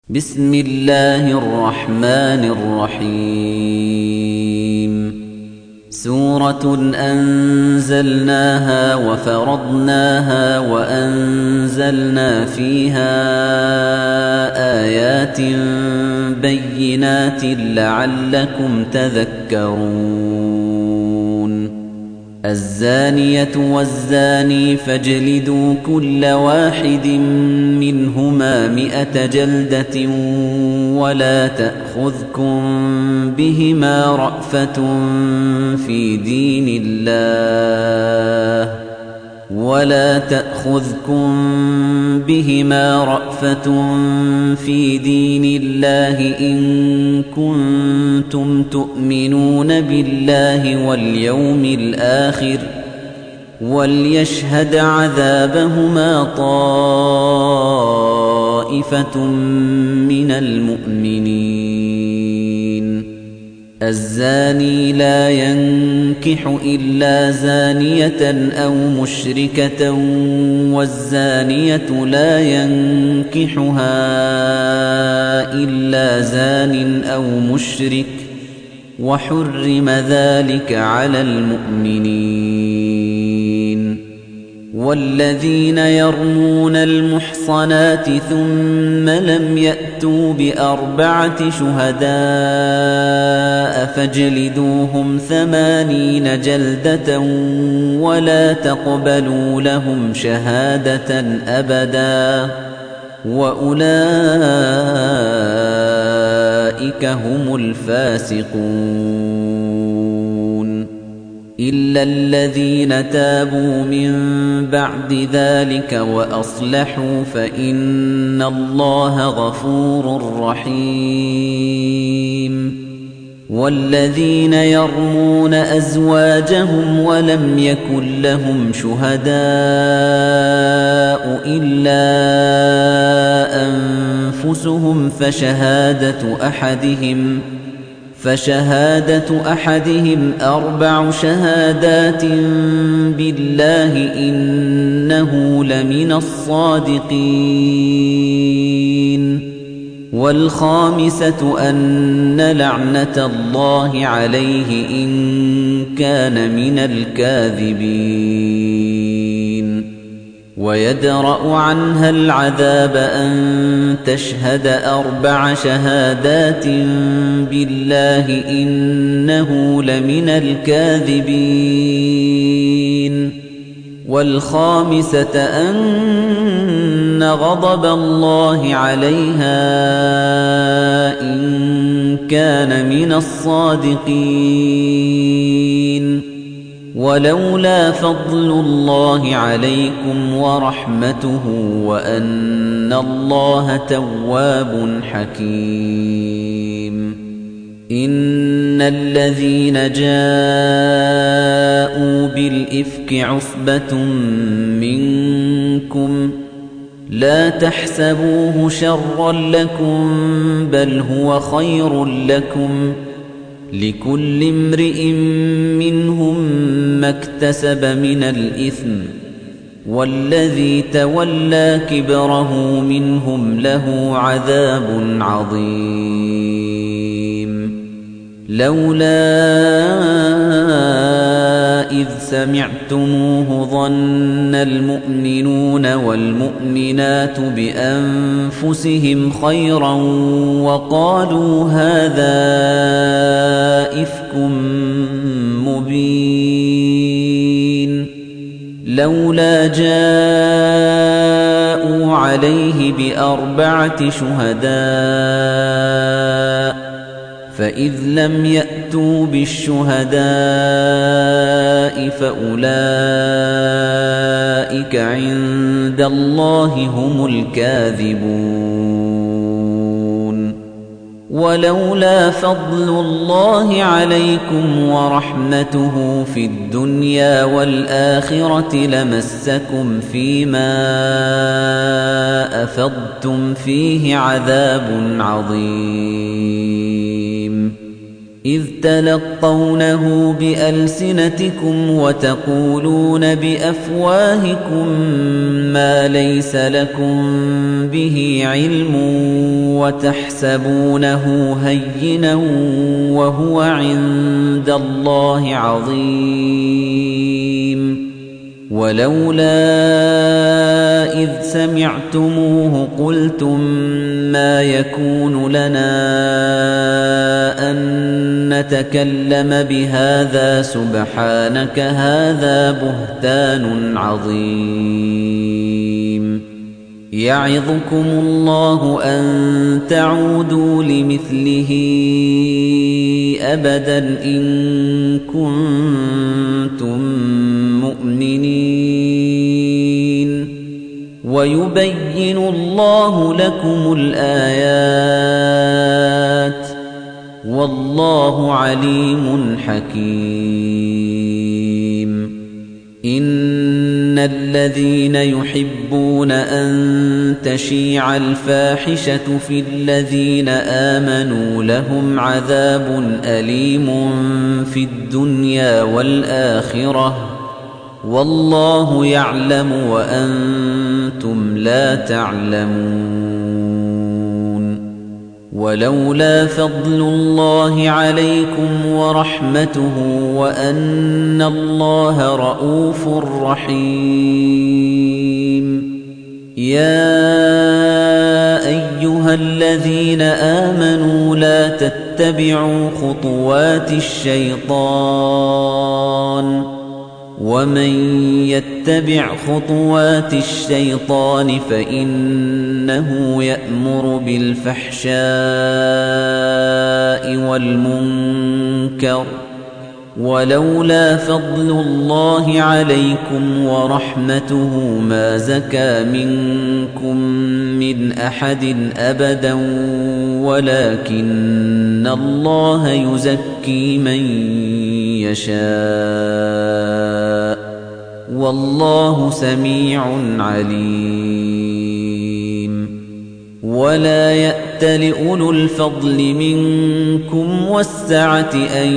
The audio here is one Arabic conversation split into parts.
بسم الله الرحمن الرحيم سورة أنزلناها وفرضناها وأنزلنا فيها آيات بينات لعلكم تذكرون الزانية والزاني فاجلدوا كل واحد منهما 100 جلدة ولا تأخذكم بهما رأفة في دين الله إن كنتم تؤمنون بالله واليوم الآخر وليشهد عذابهما طائفة من المؤمنين الزاني لا ينكح إلا زانية أو مشركة والزانية لا ينكحها إلا زان أو مشرك وحرم ذلك على المؤمنين والذين يرمون المحصنات ثم لم يأتوا ب4 شهداء فاجلدوهم 80 جلدة ولا تقبلوا لهم شهادة أبدا وأولئك هم الفاسقون إلا الذين تابوا من بعد ذلك وأصلحوا فإن الله غفور رحيم والذين يرمون أزواجهم ولم يكن لهم شهداء إلا أنفسهم فشهادة أحدهم 4 شهادات بالله إنه لمن الصادقين والخامسة أن لعنة الله عليه إن كان من الكاذبين ويدرأ عنها العذاب أن تشهد 4 شهادات بالله إنه لمن الكاذبين والخامسة أن غضب الله عليها إن كان من الصادقين ولولا فضل الله عليكم ورحمته وأن الله تواب حكيم إن الذين جاءوا بالإفك عصبة منكم لا تحسبوه شرا لكم بل هو خير لكم لكل امرئ منهم ما اكتسب من الإثم والذي تولى كبره منهم له عذاب عظيم لولا إذ سمعتموه ظن المؤمنون والمؤمنات بأنفسهم خيرا وقالوا هذا إفك مبين لولا جاءوا عليه ب4 شهداء فإذ لم يأتوا بالشهداء فأولئك عند الله هم الكاذبون ولولا فضل الله عليكم ورحمته في الدنيا والآخرة لمسكم فيما أفضتم فيه عذاب عظيم إذ تلقونه بألسنتكم وتقولون بأفواهكم ما ليس لكم به علم وتحسبونه هينا وهو عند الله عظيم ولولا إذ سمعتموه قلتم ما يكون لنا أن نتكلم بهذا سبحانك هذا بهتان عظيم يعظكم الله أن تعودوا لمثله أبدا إن كنتم مؤمنين ويبين الله لكم الآيات والله عليم حكيم إن الذين يحبون أن تشيع الفاحشة في الذين آمنوا لهم عذاب أليم في الدنيا والآخرة والله يعلم وأنتم لا تعلمون ولولا فضل الله عليكم ورحمته وأن الله رؤوف رحيم يا أيها الذين آمنوا لا تتبعوا خطوات الشيطان ومن يتبع خطوات الشيطان فإنه يأمر بالفحشاء والمنكر ولولا فضل الله عليكم ورحمته ما زكى منكم من أحد أبدا ولكن الله يزكي من يشاء والله سميع عليم ولا يأتل أولو الفضل منكم والسعة أن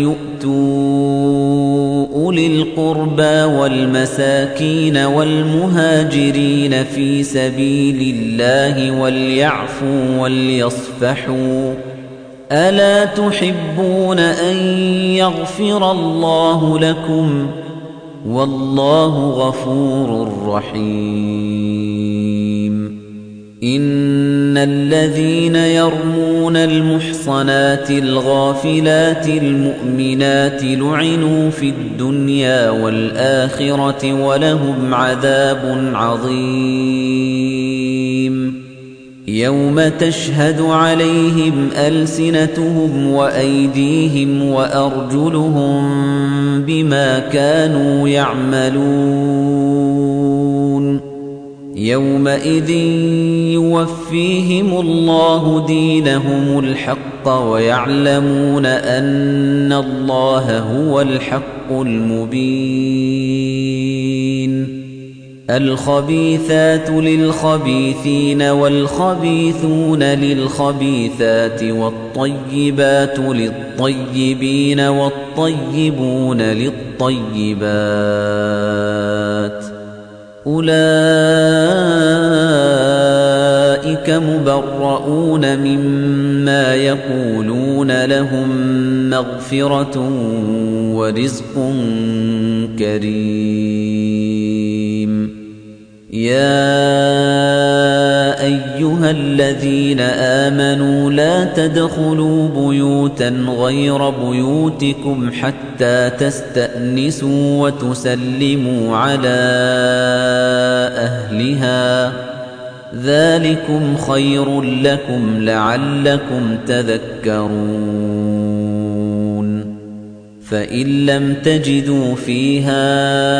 يؤتوا أولي القربى والمساكين والمهاجرين في سبيل الله وليعفوا وليصفحوا ألا تحبون أن يغفر الله لكم والله غفور رحيم إن الذين يرمون المحصنات الغافلات المؤمنات لعنوا في الدنيا والآخرة ولهم عذاب عظيم يوم تشهد عليهم ألسنتهم وأيديهم وأرجلهم بما كانوا يعملون يومئذ يوفيهم الله دينهم الحق ويعلمون أن الله هو الحق المبين الخبيثات للخبيثين والخبيثون للخبيثات والطيبات للطيبين والطيبون للطيبات أولئك مبرؤون مما يقولون لهم مغفرة ورزق كريم يا أيها الذين آمنوا لا تدخلوا بيوتا غير بيوتكم حتى تستأنسوا وتسلموا على أهلها ذلكم خير لكم لعلكم تذكرون فإن لم تجدوا فيها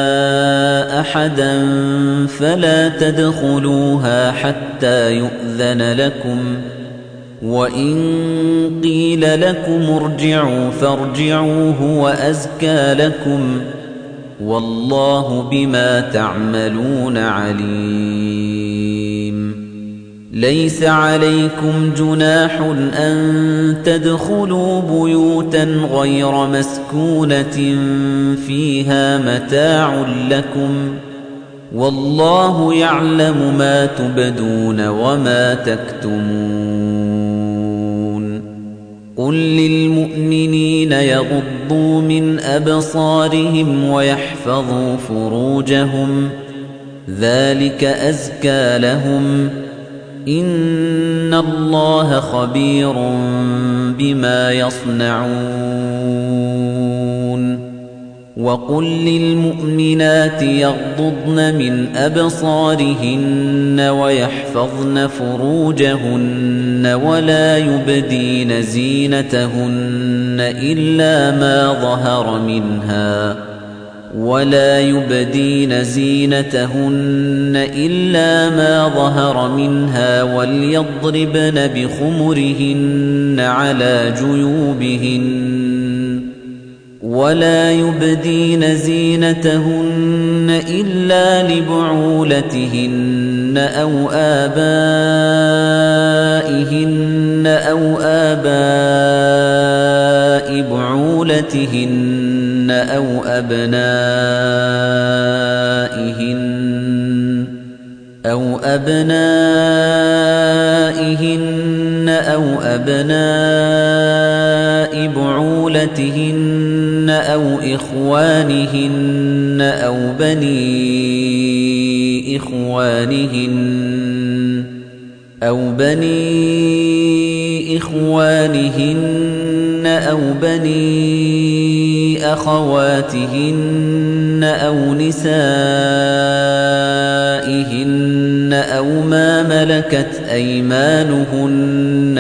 أحدا فلا تدخلوها حتى يؤذن لكم وإن قيل لكم ارجعوا فارجعوا هو أزكى لكم والله بما تعملون عليم ليس عليكم جناح أن تدخلوا بيوتا غير مسكونة فيها متاع لكم والله يعلم ما تبدون وما تكتمون قل للمؤمنين يغضوا من أبصارهم ويحفظوا فروجهم ذلك أزكى لهم إن الله خبير بما يصنعون وقل للمؤمنات يغضضن من أبصارهن ويحفظن فروجهن ولا يبدين زينتهن إلا ما ظهر منها وليضربن بخمرهن على جيوبهن ولا يبدين زينتهن إلا لبعولتهن أو آباء بعولتهن أو أبنائهن أو بعولتهن أو إخوانهن أو بني إخوانهن أو بني أخواتهن أو نسائهن أو ما ملكت أيمانهن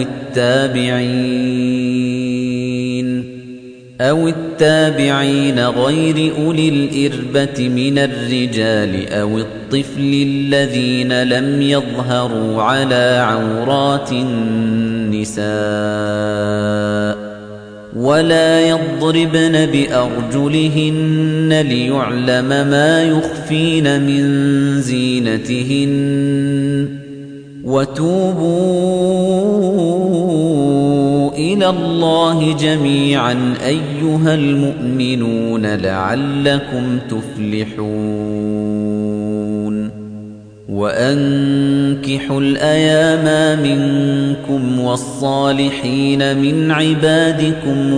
أو التابعين غير أولي الإربة من الرجال أو الطفل الذين لم يظهروا على عورات النساء ولا يضربن بأرجلهن ليعلم ما يخفين من زينتهن وتوبوا إلى الله جميعا أيها المؤمنون لعلكم تفلحون وأنكحوا الأيام منكم والصالحين من عبادكم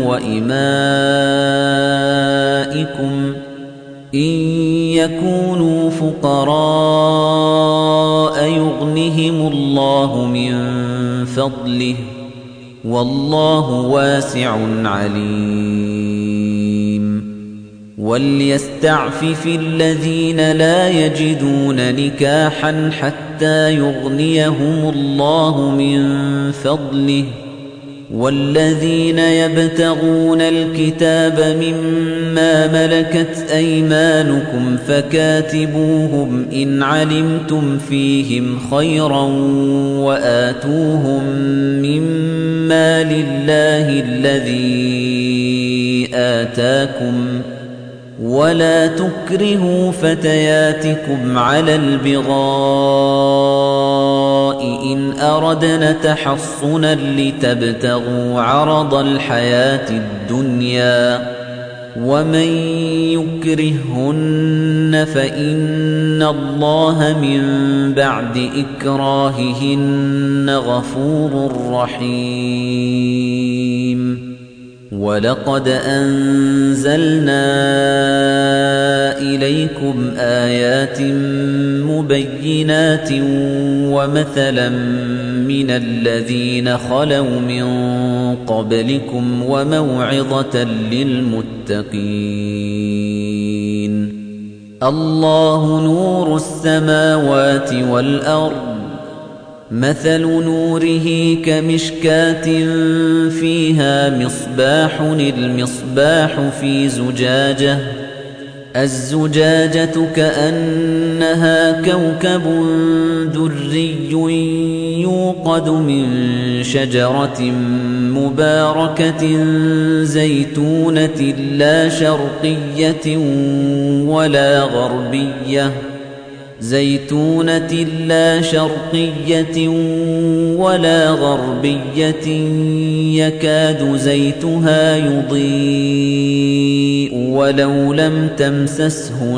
وإمائكم إن يكونوا فقراء يغنهم الله من فضله والله واسع عليم وليستعفف الذين لا يجدون نكاحا حتى يغنيهم الله من فضله والذين يبتغون الكتاب مما ملكت أيمانكم فكاتبوهم إن علمتم فيهم خيرا وآتوهم مما لله الذي آتاكم ولا تكرهوا فتياتكم على البغاء إن أردنا تحصنا لتبتغوا عرض الحياة الدنيا ومن يكرهن فإن الله من بعد إكراههن غفور رحيم وَلَقَدْ أَنزَلْنَا إِلَيْكُمْ آيَاتٍ مُبَيِّنَاتٍ وَمَثَلًا مِنَ الَّذِينَ خَلَوْا مِن قَبْلِكُمْ وَمَوْعِظَةً لِّلْمُتَّقِينَ اللَّهُ نُورُ السَّمَاوَاتِ وَالْأَرْضِ مثل نوره كمشكاة فيها مصباح المصباح في زجاجة الزجاجة كأنها كوكب دري يوقد من شجرة مباركة زيتونة لا شرقية ولا غربية زيتونة لا شرقية ولا غربية يكاد زيتها يضيء ولو لم تمسسه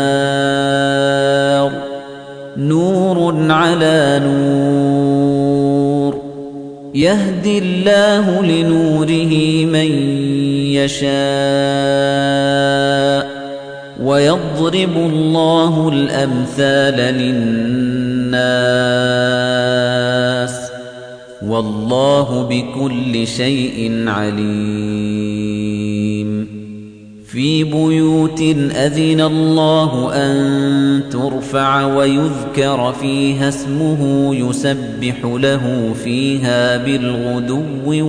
نار نور على نور يهدي الله لنوره من يشاء ويضرب الله الأمثال للناس والله بكل شيء عليم في بيوت أذن الله أن ترفع ويذكر فيها اسمه يسبح له فيها بالغدو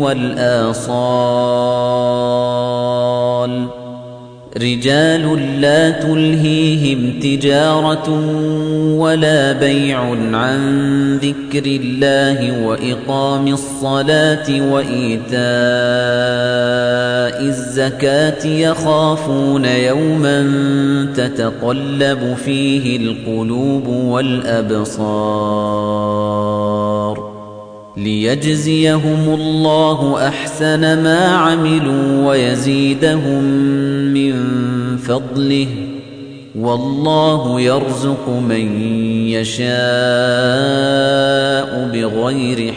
والآصال رجال لا تلهيهم تجارة ولا بيع عن ذكر الله وإقام الصلاة وإيتاء الزكاة يخافون يوما تتقلب فيه القلوب والأبصار ليجزيهم الله أحسن ما عملوا ويزيدهم من فضله والله يرزق من يشاء بغير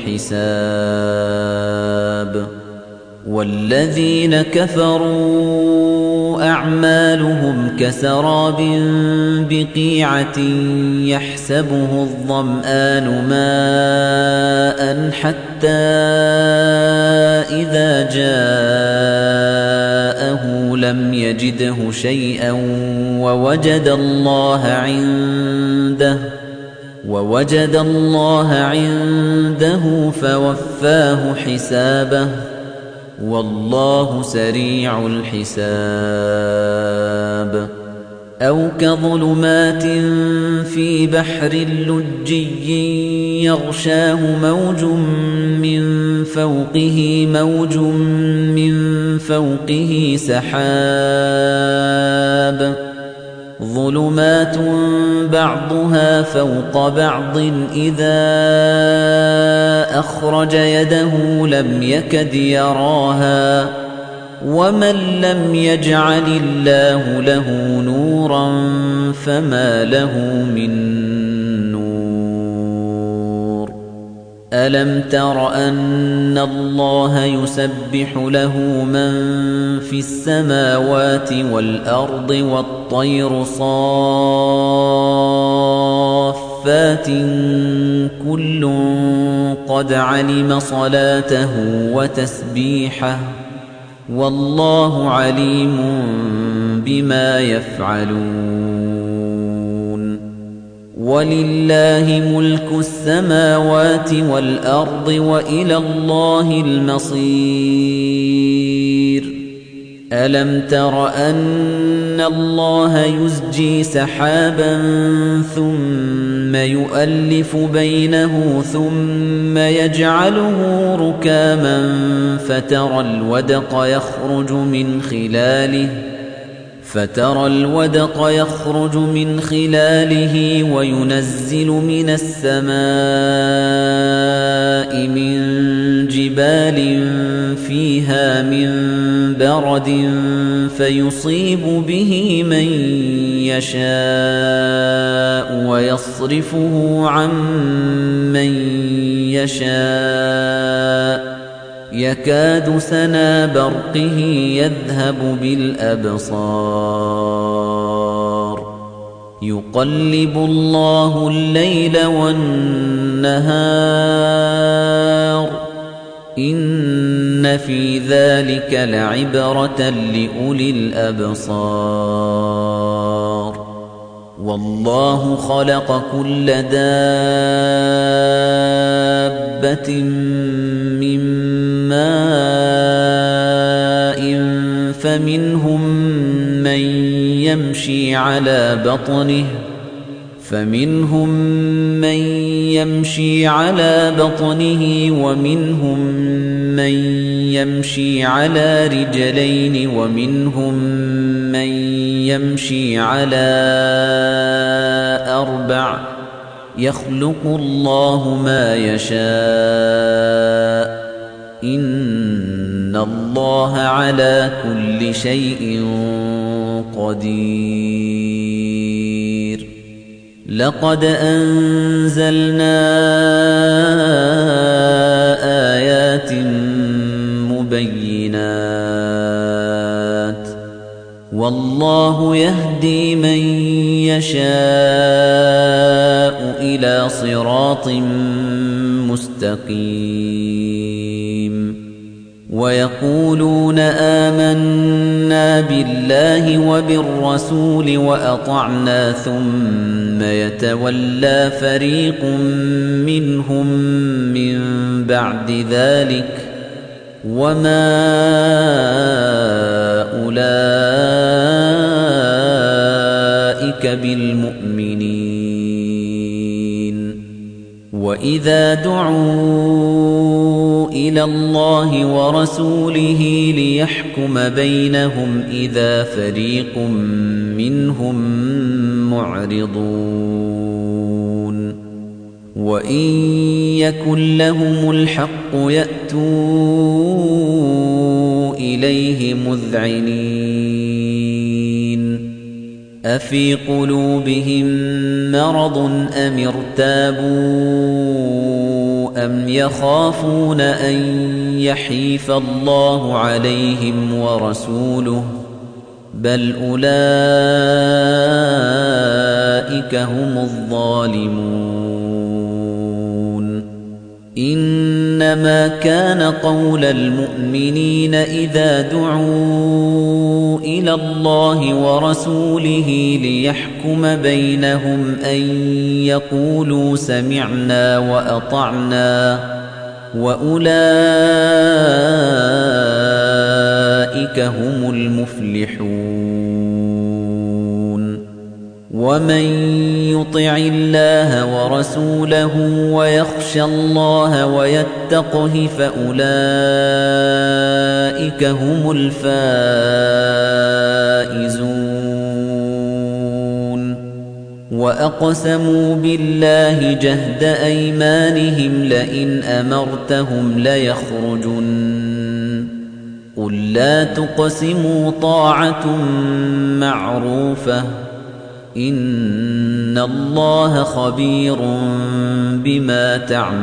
حساب والذين كفروا أعمالهم كسراب بقيعة يحسبه الظمآن ماء حتى إذا جاءه لم يجده شيئا ووجد الله عنده فوفاه حسابه والله سريع الحساب أو كظلمات في بحر لجي يغشاه موج من فوقه سحاب ظلمات بعضها فوق بعض إذا أخرج يده لم يكد يراها ومن لم يجعل الله له نورا فما له من نور ألم تر أن الله يسبح له من في السماوات والأرض والطير صافات كل قد علم صلاته وتسبيحه والله عليم بما يفعلون ولله ملك السماوات والأرض وإلى الله المصير ألم تر أن الله يزجي سحابا ثم يؤلف بينه ثم يجعله ركاما فترى الودق يخرج من خلاله وينزل من السماء من جبال فيها من برد فيصيب به من يشاء ويصرفه عن من يشاء يكاد سنا برقه يذهب بالأبصار يقلب الله الليل والنهار إن في ذلك لعبرة لأولي الأبصار والله خلق كل دابة من ماء فمنهم من يمشي على بطنه يمشي على بطنه ومنهم من يمشي على رجلين ومنهم من يمشي على 4 يخلق الله ما يشاء إن الله على كل شيء قدير لقد أنزلنا آيات مبينات والله يهدي من يشاء إلى صراط مستقيم ويقولون آمنا بالله وبالرسول وأطعنا ثم يتولى فريق منهم من بعد ذلك وما أولئك بالمؤمنين وإذا دعوا إلى الله ورسوله ليحكم بينهم إذا فريق منهم معرضون وإن يكن لهم الحق يأتوا إليه مذعنين أفي قلوبهم مرض أم ارتابوا أم يخافون أن يحيف الله عليهم ورسوله بل أولئك هم الظالمون إنما كان قول المؤمنين إذا دعوا إلى الله ورسوله ليحكم بينهم أن يقولوا سمعنا وأطعنا وأولئك هم المفلحون ومن يطع الله ورسوله ويخشى الله ويتقه فأولئك هم الفائزون وأقسموا بالله جهد أيمانهم لئن أمرتهم ليخرجن قل لا تقسموا طاعة معروفة إن الله خبير بما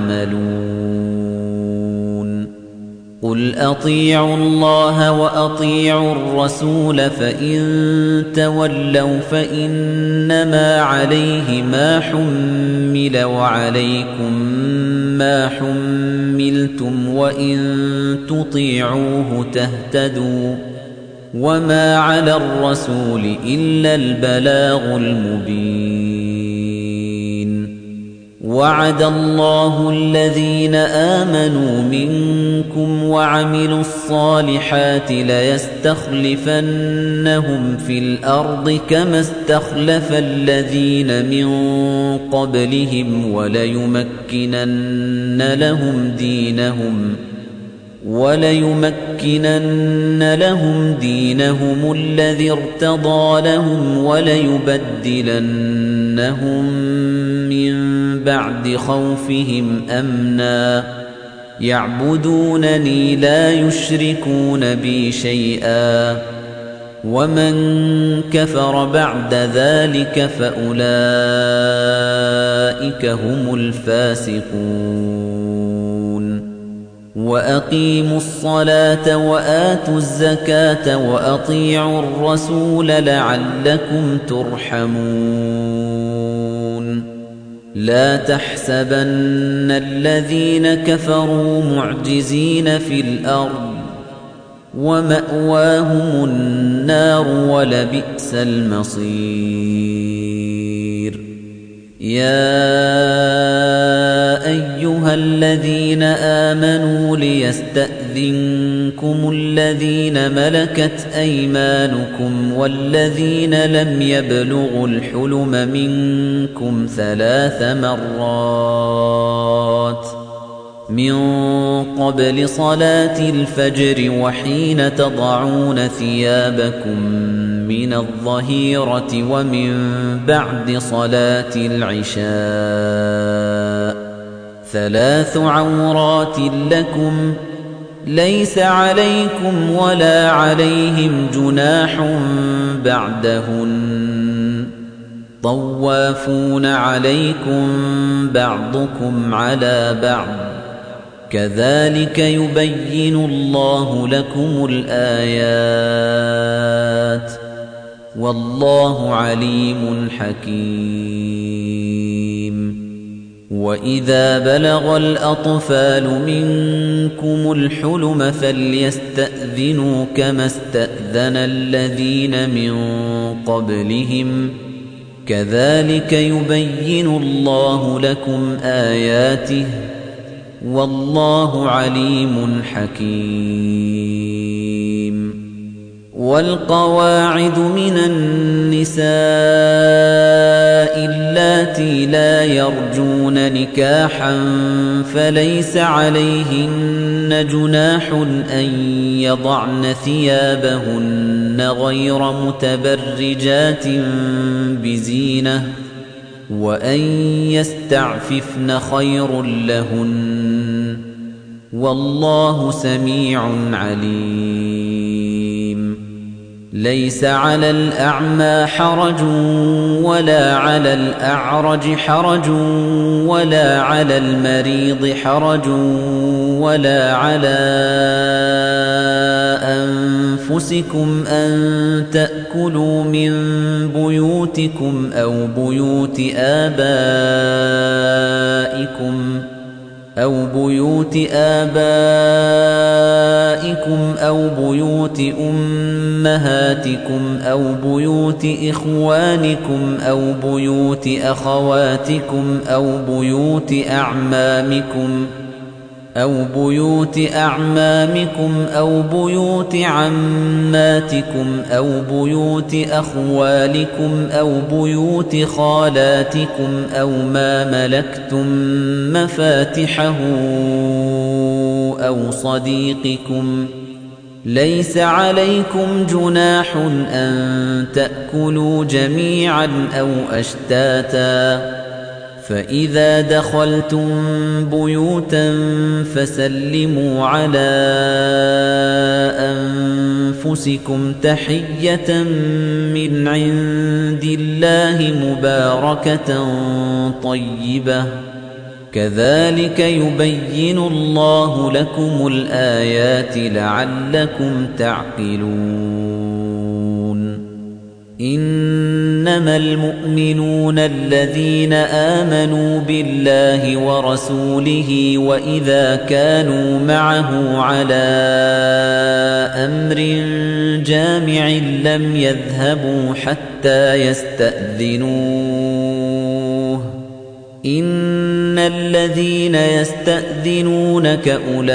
تعملون قل أطيعوا الله وأطيعوا الرسول فإن تولوا فإنما عليه ما حمل وعليكم ما حملتم وإن تطيعوه تهتدوا وما على الرسول إلا البلاغ المبين وعد الله الذين آمنوا منكم وعملوا الصالحات ليستخلفنهم في الأرض كما استخلف الذين من قبلهم وليمكنن لهم دينهم الذي ارتضى لهم وليبدلنهم من بعد خوفهم أمنا يعبدونني لا يشركون بي شيئا ومن كفر بعد ذلك فأولئك هم الفاسقون وأقيموا الصلاة وآتوا الزكاة وأطيعوا الرسول لعلكم ترحمون لا تحسبن الذين كفروا معجزين في الأرض ومأواهم النار ولبئس المصير يَا أَيُّهَا الَّذِينَ آمَنُوا لِيَسْتَأْذِنكُمُ الَّذِينَ مَلَكَتْ أَيْمَانُكُمْ وَالَّذِينَ لَمْ يَبْلُغُوا الْحُلُمَ مِنكُمْ 3 مرات من قبل صلاة الفجر وحين تضعون ثيابكم من الظهيرة ومن بعد صلاة العشاء 3 عورات لكم ليس عليكم ولا عليهم جناح بعدهن طوافون عليكم بعضكم على بعض كذلك يبين الله لكم الآيات والله عليم حكيم وإذا بلغ الأطفال منكم الحلم فليستأذنوا كما استأذن الذين من قبلهم كذلك يبين الله لكم آياته والله عليم حكيم والقواعد من النساء اللاتي لا يرجون نكاحا فليس عليهن جناح أن يضعن ثيابهن غير متبرجات بزينة وأن يستعففن خير لهن والله سميع عليم ليس على الأعمى حرج ولا على الأعرج حرج ولا على المريض حرج ولا على أنفسكم أن تأكلوا من بيوتكم أو بيوت آبائكم أو بيوت أمهاتكم أو بيوت إخوانكم أو بيوت أخواتكم أو بيوت أعمامكم أو بيوت عماتكم أو بيوت أخوالكم أو بيوت خالاتكم أو ما ملكتم مفاتحه أو صديقكم ليس عليكم جناح أن تأكلوا جميعا أو أشتاتا فإذا دخلتم بيوتا فسلموا على أنفسكم تحية من عند الله مباركة طيبة كذلك يبين الله لكم الآيات لعلكم تعقلون إنما المؤمنون الذين آمنوا بالله ورسوله وإذا كانوا معه على أمر جامع لم يذهبوا حتى يستأذنوه إن الذين يستأذنونك أولئك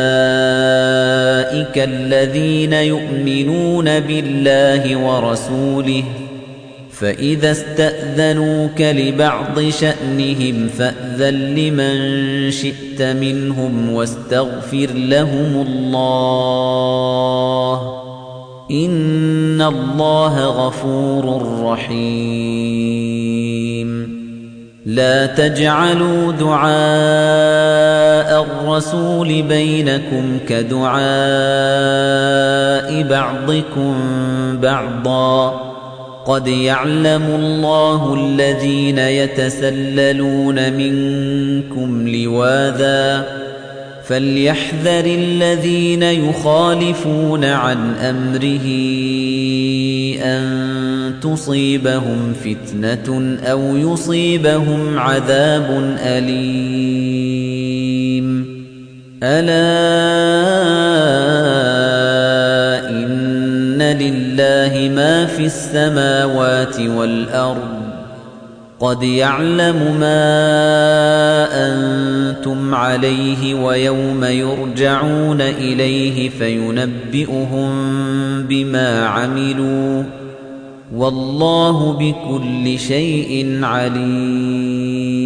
الذين يؤمنون بالله ورسوله فإذا استأذنوك لبعض شأنهم فأذن لمن شئت منهم واستغفر لهم الله إن الله غفور رحيم لا تجعلوا دعاء الرسول بينكم كدعاء بعضكم بعضا قد يعلم الله الذين يتسللون منكم لواذا فليحذر الذين يخالفون عن أمره أن تصيبهم فتنة أو يصيبهم عذاب أليم ألا إن لله ما في السماوات والأرض قَدْ يَعْلَمُ مَا أَنتُمْ عَلَيْهِ وَيَوْمَ يُرْجَعُونَ إِلَيْهِ فَيُنَبِّئُهُم بِمَا عَمِلُوا وَاللَّهُ بِكُلِّ شَيْءٍ عَلِيمٌ